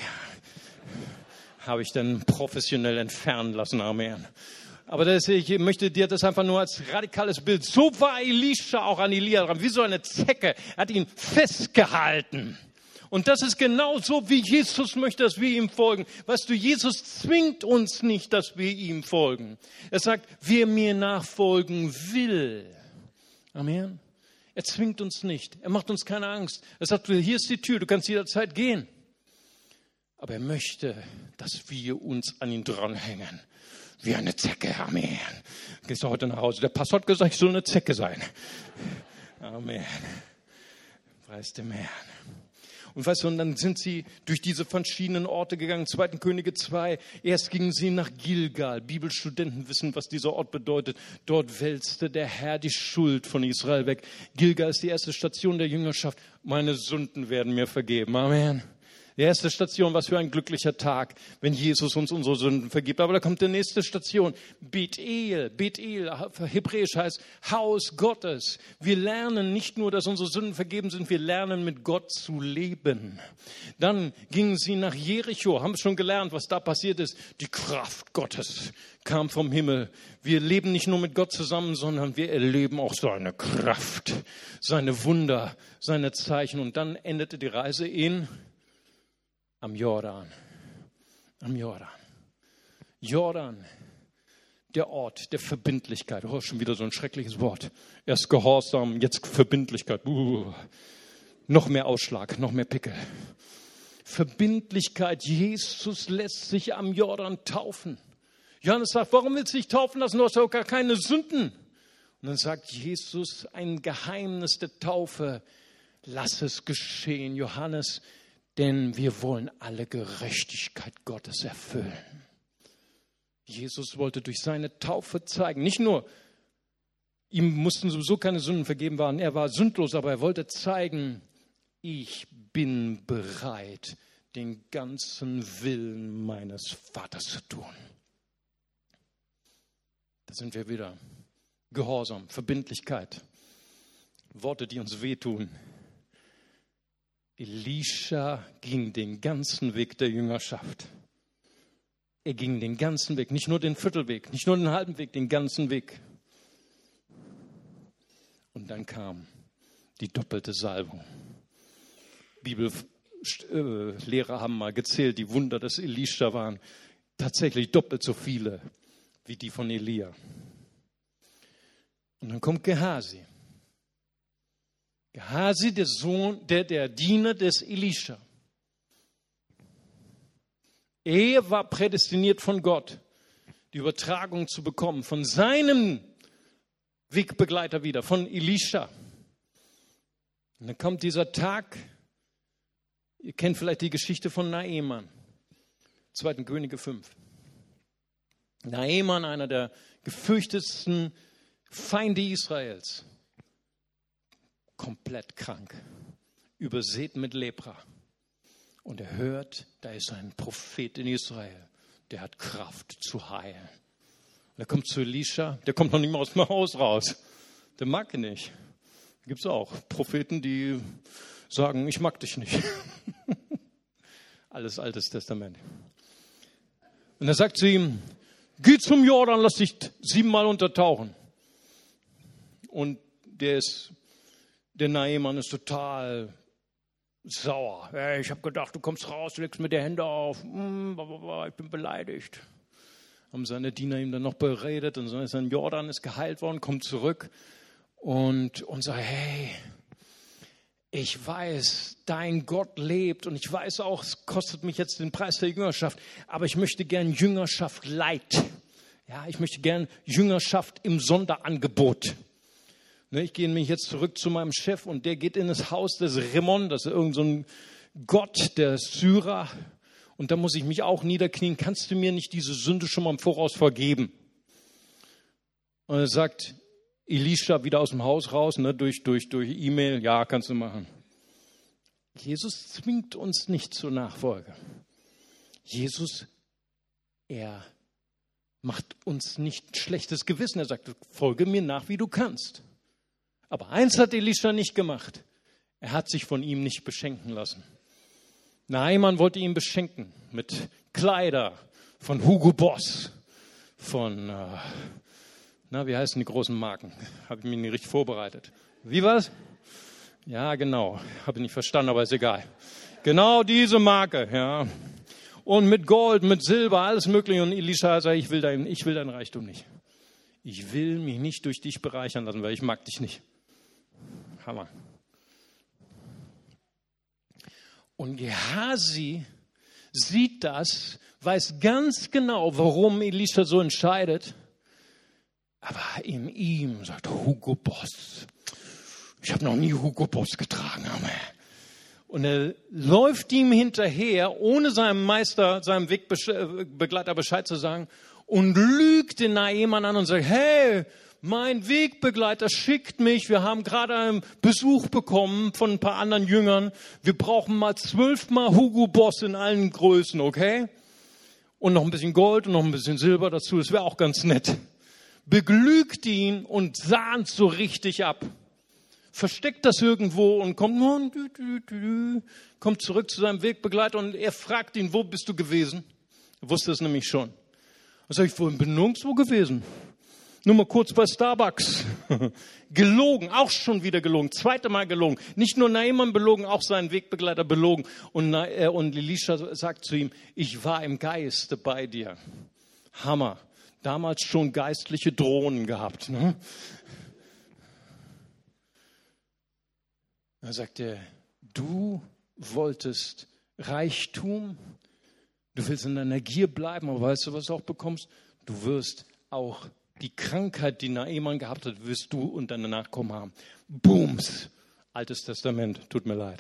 habe ich dann professionell entfernen lassen, Amen. Aber das, ich möchte dir das einfach nur als radikales Bild. So war Elisha auch an Elia dran, wie so eine Zecke. Er hat ihn festgehalten. Und das ist genau so, wie Jesus möchte, dass wir ihm folgen. Weißt du, Jesus zwingt uns nicht, dass wir ihm folgen. Er sagt, wer mir nachfolgen will. Amen. Er zwingt uns nicht. Er macht uns keine Angst. Er sagt, hier ist die Tür, du kannst jederzeit gehen. Aber er möchte, dass wir uns an ihn dranhängen. Wie eine Zecke, Amen. Gehst du heute nach Hause? Der Pastor hat gesagt, ich soll eine Zecke sein. Amen. Preis dem Herrn. Und weißt du, und dann sind sie durch diese verschiedenen Orte gegangen. zweiten Könige zwei. Erst gingen sie nach Gilgal. Bibelstudenten wissen, was dieser Ort bedeutet. Dort wälzte der Herr die Schuld von Israel weg. Gilgal ist die erste Station der Jüngerschaft. Meine Sünden werden mir vergeben. Amen. Die erste Station, was für ein glücklicher Tag, wenn Jesus uns unsere Sünden vergibt. Aber da kommt die nächste Station, Bethel. Bethel, hebräisch heißt Haus Gottes. Wir lernen nicht nur, dass unsere Sünden vergeben sind, wir lernen mit Gott zu leben. Dann gingen sie nach Jericho, haben schon gelernt, was da passiert ist. Die Kraft Gottes kam vom Himmel. Wir leben nicht nur mit Gott zusammen, sondern wir erleben auch seine Kraft, seine Wunder, seine Zeichen. Und dann endete die Reise in Am Jordan, am Jordan. Jordan, der Ort der Verbindlichkeit. Oh, schon wieder so ein schreckliches Wort. Erst Gehorsam, jetzt Verbindlichkeit. Uh, noch mehr Ausschlag, noch mehr Pickel. Verbindlichkeit. Jesus lässt sich am Jordan taufen. Johannes sagt, warum willst du dich taufen lassen? Du hast doch gar keine Sünden. Und dann sagt Jesus ein Geheimnis der Taufe. Lass es geschehen, Johannes. Denn wir wollen alle Gerechtigkeit Gottes erfüllen. Jesus wollte durch seine Taufe zeigen, nicht nur, ihm mussten sowieso keine Sünden vergeben werden, er war sündlos, aber er wollte zeigen, ich bin bereit, den ganzen Willen meines Vaters zu tun. Da sind wir wieder. Gehorsam, Verbindlichkeit, Worte, die uns wehtun. Elisha ging den ganzen Weg der Jüngerschaft. Er ging den ganzen Weg, nicht nur den Viertelweg, nicht nur den halben Weg, den ganzen Weg. Und dann kam die doppelte Salbung. Bibellehrer haben mal gezählt, die Wunder des Elisha waren Tatsächlich doppelt so viele wie die von Elia. Und dann kommt Gehasi. Gehasi, der Sohn, der, der Diener des Elisha. Er war prädestiniert von Gott, die Übertragung zu bekommen, von seinem Wegbegleiter wieder, von Elisha. Und dann kommt dieser Tag, ihr kennt vielleicht die Geschichte von Naaman, zweiten Könige fünf. Naaman, einer der gefürchtetsten Feinde Israels, komplett krank, übersät mit Lepra. Und er hört, da ist ein Prophet in Israel, der hat Kraft zu heilen. Und er kommt zu Elisha, der kommt noch nicht mal aus dem Haus raus. Der mag ihn nicht. Gibt es auch Propheten, die sagen, ich mag dich nicht. Alles Altes Testament. Und er sagt zu ihm, geh zum Jordan, lass dich siebenmal untertauchen. Und der ist, der Naaman ist total sauer. Hey, ich habe gedacht, du kommst raus, du legst mir die Hände auf. Ich bin beleidigt. Haben seine Diener ihm dann noch beredet und so ist dann Jordan ist geheilt worden, kommt zurück und, und sagt, hey, ich weiß, dein Gott lebt und ich weiß auch, es kostet mich jetzt den Preis der Jüngerschaft, aber ich möchte gern Jüngerschaft light. Ja, ich möchte gern Jüngerschaft im Sonderangebot. Ne, ich gehe nämlich jetzt zurück zu meinem Chef und der geht in das Haus des Rimmon, das ist irgend so ein Gott der Syrer. Und da muss ich mich auch niederknien. Kannst du mir nicht diese Sünde schon mal im Voraus vergeben? Und er sagt Elisha wieder aus dem Haus raus, ne, durch, durch, durch E-Mail. Ja, kannst du machen. Jesus zwingt uns nicht zur Nachfolge. Jesus, er macht uns nicht schlechtes Gewissen. Er sagt, folge mir nach, wie du kannst. Aber eins hat Elisha nicht gemacht. Er hat sich von ihm nicht beschenken lassen. Naaman wollte ihn beschenken mit Kleider von Hugo Boss, von, äh, na, wie heißen die großen Marken? Habe ich mich nicht richtig vorbereitet. Wie war's? Ja, genau. Habe ich nicht verstanden, aber ist egal. Genau diese Marke, ja. Und mit Gold, mit Silber, alles Mögliche. Und Elisha sagt, ich will dein, ich will dein Reichtum nicht. Ich will mich nicht durch dich bereichern lassen, weil ich mag dich nicht. Hammer. Und Gehasi sieht das, weiß ganz genau, warum Elisha so entscheidet. Aber in ihm sagt Hugo Boss. Ich habe noch nie Hugo Boss getragen. Und er läuft ihm hinterher, ohne seinem Meister, seinem Wegbegleiter Bescheid zu sagen, und lügt den Naaman an und sagt, hey, mein Wegbegleiter schickt mich, wir haben gerade einen Besuch bekommen von ein paar anderen Jüngern, wir brauchen mal zwölfmal Hugo Boss in allen Größen, okay? Und noch ein bisschen Gold und noch ein bisschen Silber dazu, das wäre auch ganz nett. Beglügt ihn und sahnt so richtig ab. Versteckt das irgendwo und kommt, kommt zurück zu seinem Wegbegleiter und er fragt ihn, wo bist du gewesen? Er wusste es nämlich schon. Da sag ich, wo bin nirgendwo gewesen? Nur mal kurz bei Starbucks. Gelogen, auch schon wieder gelogen. Zweite Mal gelogen. Nicht nur Naaman belogen, auch seinen Wegbegleiter belogen. Und, äh, und Elisha sagt zu ihm, ich war im Geiste bei dir. Hammer. Damals schon geistliche Drohnen gehabt. Ne? Da sagt er, du wolltest Reichtum, du willst in deiner Gier bleiben, aber weißt du, was du auch bekommst? Du wirst auch die Krankheit, die Naaman gehabt hat, wirst du und deine Nachkommen haben. Booms. Altes Testament, tut mir leid.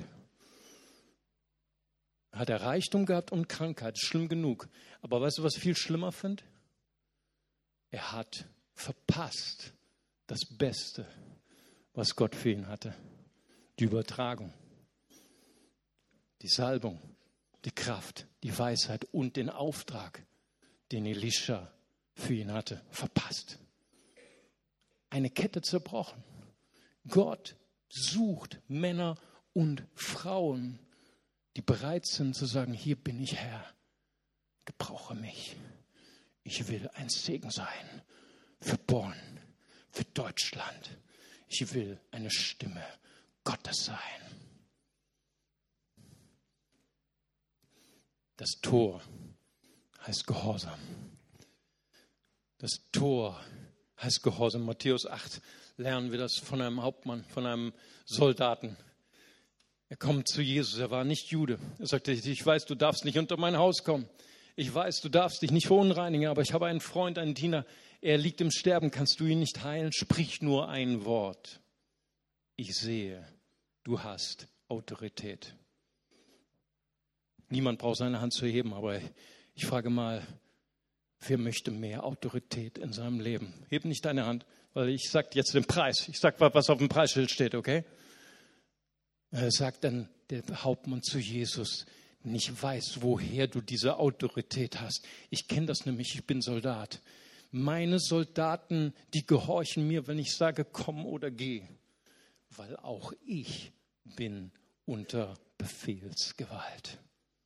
Hat er Reichtum gehabt und Krankheit, schlimm genug. Aber weißt du, was ich viel schlimmer finde? Er hat verpasst das Beste, was Gott für ihn hatte. Die Übertragung, die Salbung, die Kraft, die Weisheit und den Auftrag, den Elisha für ihn hatte, verpasst. Eine Kette zerbrochen. Gott sucht Männer und Frauen, die bereit sind zu sagen, hier bin ich Herr, gebrauche mich. Ich will ein Segen sein für Bonn, für Deutschland. Ich will eine Stimme Gottes sein. Das Tor heißt Gehorsam. Das Tor heißt Gehorsam. Matthäus acht lernen wir das von einem Hauptmann, von einem Soldaten. Er kommt zu Jesus, er war nicht Jude. Er sagte, ich weiß, du darfst nicht unter mein Haus kommen. Ich weiß, du darfst dich nicht verunreinigen, aber ich habe einen Freund, einen Diener, er liegt im Sterben, kannst du ihn nicht heilen? Sprich nur ein Wort. Ich sehe, du hast Autorität. Niemand braucht seine Hand zu heben, aber ich frage mal, wer möchte mehr Autorität in seinem Leben? Heb nicht deine Hand, weil ich sage jetzt den Preis. Ich sage, was auf dem Preisschild steht, okay? Er sagt dann der Hauptmann zu Jesus, ich weiß, woher du diese Autorität hast. Ich kenne das nämlich, ich bin Soldat. Meine Soldaten, die gehorchen mir, wenn ich sage, komm oder geh. Weil auch ich bin unter Befehlsgewalt.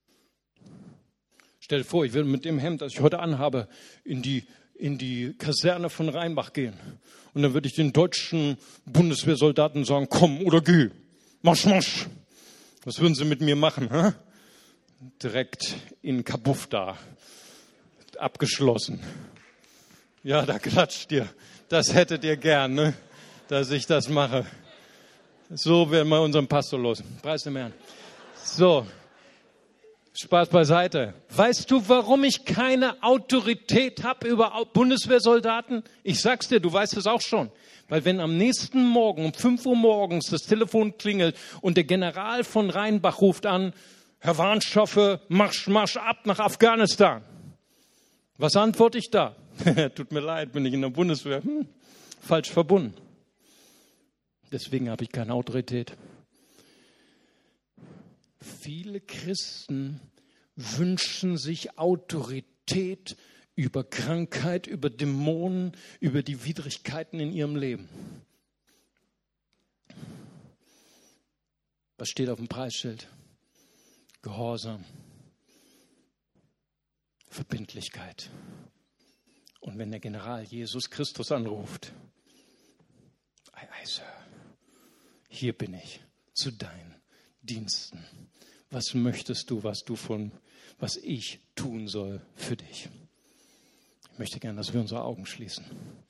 Stell dir vor, ich will mit dem Hemd, das ich heute anhabe, in die, in die Kaserne von Rheinbach gehen. Und dann würde ich den deutschen Bundeswehrsoldaten sagen, komm oder geh. Marsch, marsch. Was würden sie mit mir machen? Hä? Direkt in Kabuff da. Abgeschlossen. Ja, da klatscht ihr. Das hättet ihr gern, ne? Dass ich das mache. So werden wir unseren Pastor los. Preis dem Herrn. So. Spaß beiseite. Weißt du, warum ich keine Autorität habe über Bundeswehrsoldaten? Ich sag's dir, du weißt es auch schon. Weil wenn am nächsten Morgen um fünf Uhr morgens das Telefon klingelt und der General von Rheinbach ruft an, Herr Warnschaffe, marsch, marsch ab nach Afghanistan. Was antworte ich da? Tut mir leid, bin ich in der Bundeswehr. Hm, falsch verbunden. Deswegen habe ich keine Autorität. Viele Christen wünschen sich Autorität über Krankheit, über Dämonen, über die Widrigkeiten in ihrem Leben. Was steht auf dem Preisschild? Gehorsam, Verbindlichkeit. Und wenn der General Jesus Christus anruft, ei, ei, Sir, hier bin ich zu deinen Diensten. Was möchtest du, was du von, was ich tun soll für dich? Ich möchte gerne, dass wir unsere Augen schließen.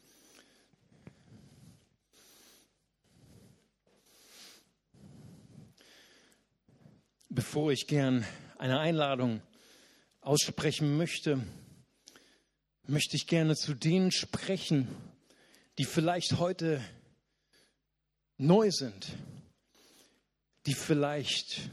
Bevor ich gern eine Einladung aussprechen möchte, möchte ich gerne zu denen sprechen, die vielleicht heute neu sind, die vielleicht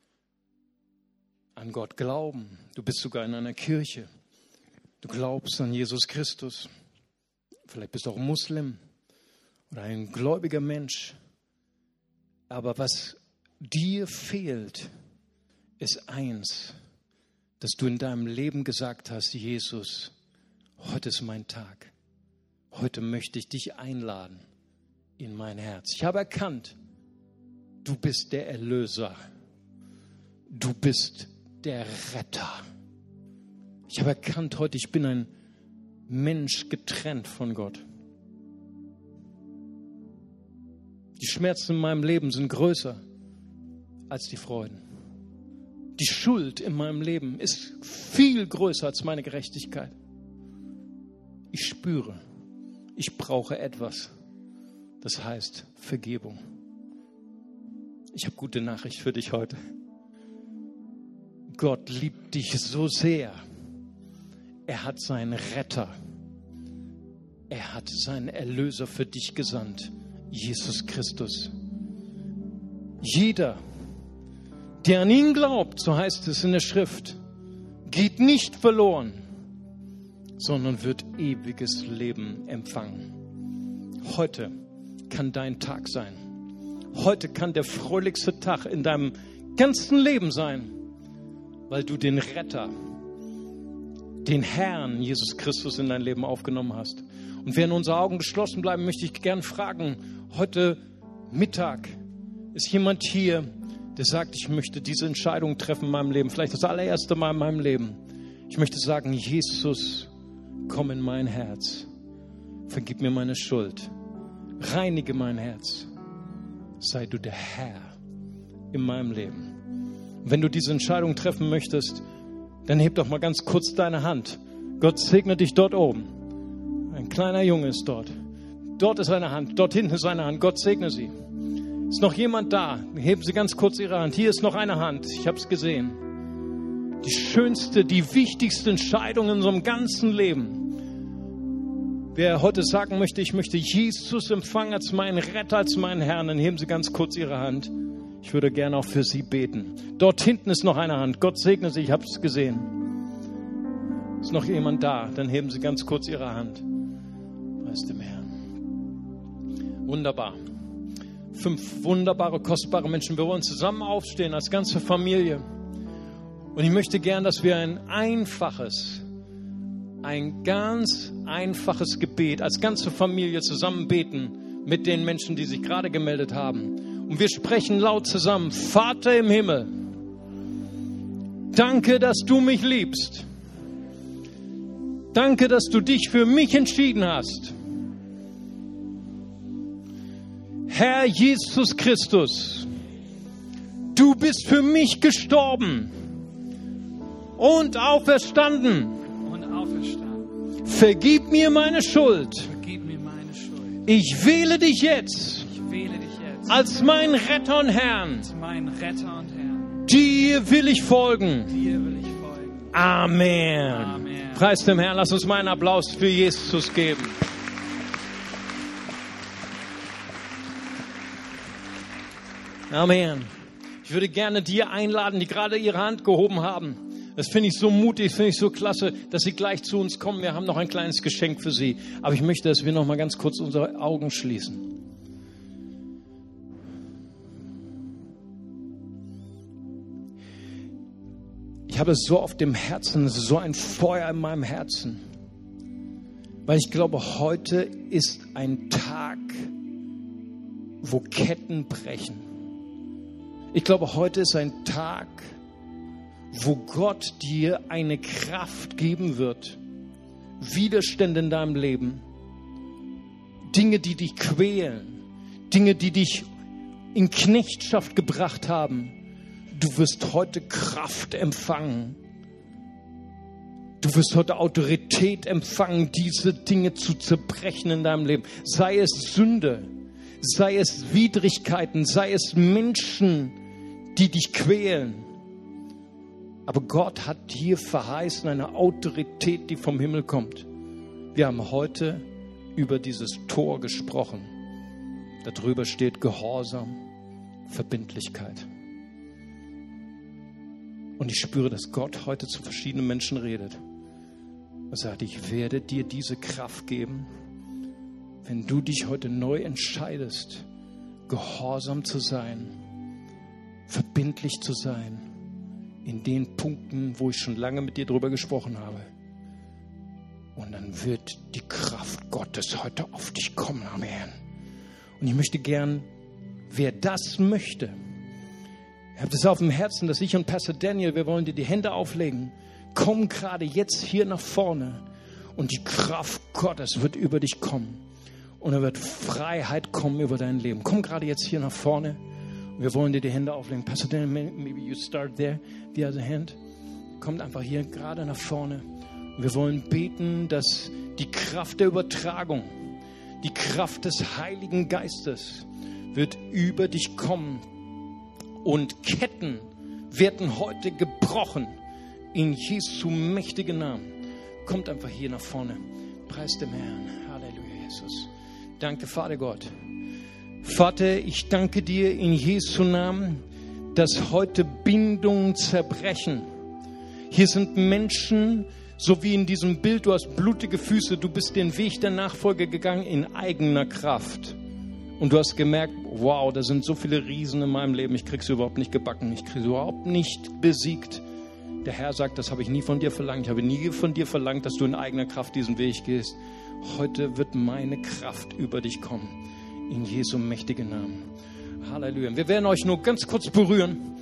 an Gott glauben. Du bist sogar in einer Kirche. Du glaubst an Jesus Christus. Vielleicht bist du auch Muslim oder ein gläubiger Mensch. Aber was dir fehlt, ist eins, dass du in deinem Leben gesagt hast, Jesus, heute ist mein Tag. Heute möchte ich dich einladen in mein Herz. Ich habe erkannt, du bist der Erlöser. Du bist der Retter. Ich habe erkannt heute, ich bin ein Mensch getrennt von Gott. Die Schmerzen in meinem Leben sind größer als die Freuden. Die Schuld in meinem Leben ist viel größer als meine Gerechtigkeit. Ich spüre, ich brauche etwas. Das heißt Vergebung. Ich habe gute Nachricht für dich heute. Gott liebt dich so sehr. Er hat seinen Retter. Er hat seinen Erlöser für dich gesandt. Jesus Christus. Jeder, der an ihn glaubt, so heißt es in der Schrift, geht nicht verloren, sondern wird ewiges Leben empfangen. Heute kann dein Tag sein. Heute kann der fröhlichste Tag in deinem ganzen Leben sein, weil du den Retter, den Herrn Jesus Christus in dein Leben aufgenommen hast. Und während unsere Augen geschlossen bleiben, möchte ich gern fragen, heute Mittag ist jemand hier, der sagt, ich möchte diese Entscheidung treffen in meinem Leben, vielleicht das allererste Mal in meinem Leben. Ich möchte sagen, Jesus, komm in mein Herz, vergib mir meine Schuld, reinige mein Herz, sei du der Herr in meinem Leben. Und wenn du diese Entscheidung treffen möchtest, dann heb doch mal ganz kurz deine Hand. Gott segne dich dort oben. Ein kleiner Junge ist dort. Dort ist eine Hand, dort hinten ist eine Hand. Gott segne sie. Ist noch jemand da? Heben Sie ganz kurz Ihre Hand. Hier ist noch eine Hand. Ich habe es gesehen. Die schönste, die wichtigste Entscheidung in unserem ganzen Leben. Wer heute sagen möchte, ich möchte Jesus empfangen als meinen Retter, als meinen Herrn, dann heben Sie ganz kurz Ihre Hand. Ich würde gerne auch für Sie beten. Dort hinten ist noch eine Hand. Gott segne Sie, ich habe es gesehen. Ist noch jemand da? Dann heben Sie ganz kurz Ihre Hand. Preis dem Herrn. Wunderbar. Fünf wunderbare, kostbare Menschen. Wir wollen zusammen aufstehen als ganze Familie. Und ich möchte gern, dass wir ein einfaches, ein ganz einfaches Gebet als ganze Familie zusammen beten mit den Menschen, die sich gerade gemeldet haben. Und wir sprechen laut zusammen. Vater im Himmel, danke, dass du mich liebst. Danke, dass du dich für mich entschieden hast. Herr Jesus Christus, du bist für mich gestorben und auferstanden. Und auferstanden. Vergib mir meine Schuld. Vergib mir meine Schuld. Ich wähle dich jetzt, Ich wähle dich jetzt als mein Retter und Herrn. als mein Retter und Herr. Dir will ich folgen. Dir will ich folgen. Amen. Amen. Preis dem Herrn. Lass uns mal einen Applaus für Jesus geben. Amen. Ich würde gerne die einladen, die gerade ihre Hand gehoben haben. Das finde ich so mutig, finde ich so klasse, dass sie gleich zu uns kommen. Wir haben noch ein kleines Geschenk für sie. Aber ich möchte, dass wir noch mal ganz kurz unsere Augen schließen. Ich habe es so auf dem Herzen, es ist so ein Feuer in meinem Herzen. Weil ich glaube, heute ist ein Tag, wo Ketten brechen. Ich glaube, heute ist ein Tag, wo Gott dir eine Kraft geben wird. Widerstände in deinem Leben. Dinge, die dich quälen. Dinge, die dich in Knechtschaft gebracht haben. Du wirst heute Kraft empfangen. Du wirst heute Autorität empfangen, diese Dinge zu zerbrechen in deinem Leben. Sei es Sünde, sei es Widrigkeiten, sei es Menschen, die dich quälen. Aber Gott hat dir verheißen eine Autorität, die vom Himmel kommt. Wir haben heute über dieses Tor gesprochen. Darüber steht Gehorsam, Verbindlichkeit. Und ich spüre, dass Gott heute zu verschiedenen Menschen redet. Er sagt, ich werde dir diese Kraft geben, wenn du dich heute neu entscheidest, gehorsam zu sein, verbindlich zu sein, in den Punkten, wo ich schon lange mit dir drüber gesprochen habe. Und dann wird die Kraft Gottes heute auf dich kommen, Amen. Und ich möchte gern, wer das möchte, ich habe das auf dem Herzen, dass ich und Pastor Daniel, wir wollen dir die Hände auflegen. Komm gerade jetzt hier nach vorne und die Kraft Gottes wird über dich kommen. Und da wird Freiheit kommen über dein Leben. Komm gerade jetzt hier nach vorne. Wir wollen dir die Hände auflegen. Pastor Daniel, maybe you start there, the other hand. Kommt einfach hier gerade nach vorne. Wir wollen beten, dass die Kraft der Übertragung, die Kraft des Heiligen Geistes wird über dich kommen. Und Ketten werden heute gebrochen in Jesu mächtigen Namen. Kommt einfach hier nach vorne. Preis dem Herrn. Halleluja, Jesus. Danke, Vater Gott. Vater, ich danke dir in Jesu Namen, dass heute Bindungen zerbrechen. Hier sind Menschen, so wie in diesem Bild, du hast blutige Füße, du bist den Weg der Nachfolge gegangen in eigener Kraft. Und du hast gemerkt, wow, da sind so viele Riesen in meinem Leben, ich kriege sie überhaupt nicht gebacken, ich kriege sie überhaupt nicht besiegt. Der Herr sagt, das habe ich nie von dir verlangt, ich habe nie von dir verlangt, dass du in eigener Kraft diesen Weg gehst. Heute wird meine Kraft über dich kommen, in Jesu mächtigen Namen. Halleluja. Wir werden euch nur ganz kurz berühren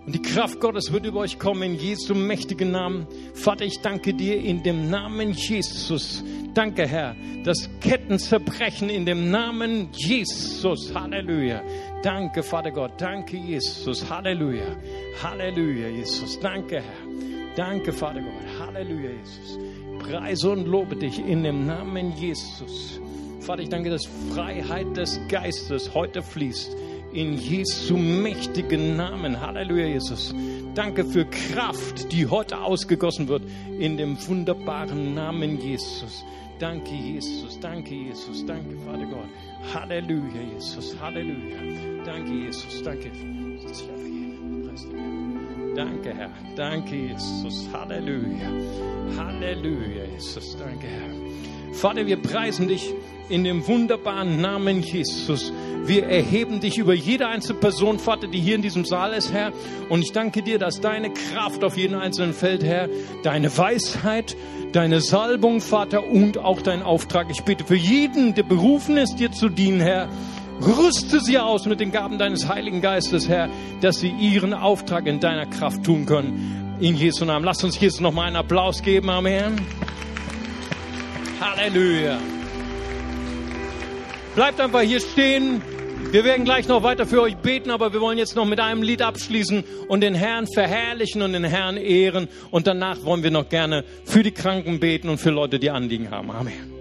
Und die Kraft Gottes wird über euch kommen in Jesu mächtigen Namen. Vater, ich danke dir in dem Namen Jesus. Danke, Herr, dass Ketten zerbrechen in dem Namen Jesus. Halleluja. Danke, Vater Gott. Danke, Jesus. Halleluja. Halleluja, Jesus. Danke, Herr. Danke, Vater Gott. Halleluja, Jesus. Preise und lobe dich in dem Namen Jesus. Vater, ich danke, dass Freiheit des Geistes heute fließt. In Jesu mächtigen Namen. Halleluja, Jesus. Danke für Kraft, die heute ausgegossen wird. In dem wunderbaren Namen Jesus. Danke, Jesus. Danke, Jesus. Danke, Vater Gott. Halleluja, Jesus. Halleluja. Danke, Jesus. Danke. Danke, Herr. Danke, Jesus. Halleluja. Halleluja, Jesus. Danke, Herr. Vater, wir preisen dich in dem wunderbaren Namen Jesus. Wir erheben dich über jede einzelne Person, Vater, die hier in diesem Saal ist, Herr. Und ich danke dir, dass deine Kraft auf jeden einzelnen fällt, Herr. Deine Weisheit, deine Salbung, Vater, und auch dein Auftrag. Ich bitte für jeden, der berufen ist, dir zu dienen, Herr. Rüste sie aus mit den Gaben deines Heiligen Geistes, Herr, dass sie ihren Auftrag in deiner Kraft tun können. In Jesu Namen. Lasst uns Jesus noch mal einen Applaus geben. Amen. Halleluja. Bleibt einfach hier stehen. Wir werden gleich noch weiter für euch beten, aber wir wollen jetzt noch mit einem Lied abschließen und den Herrn verherrlichen und den Herrn ehren. Und danach wollen wir noch gerne für die Kranken beten und für Leute, die Anliegen haben. Amen.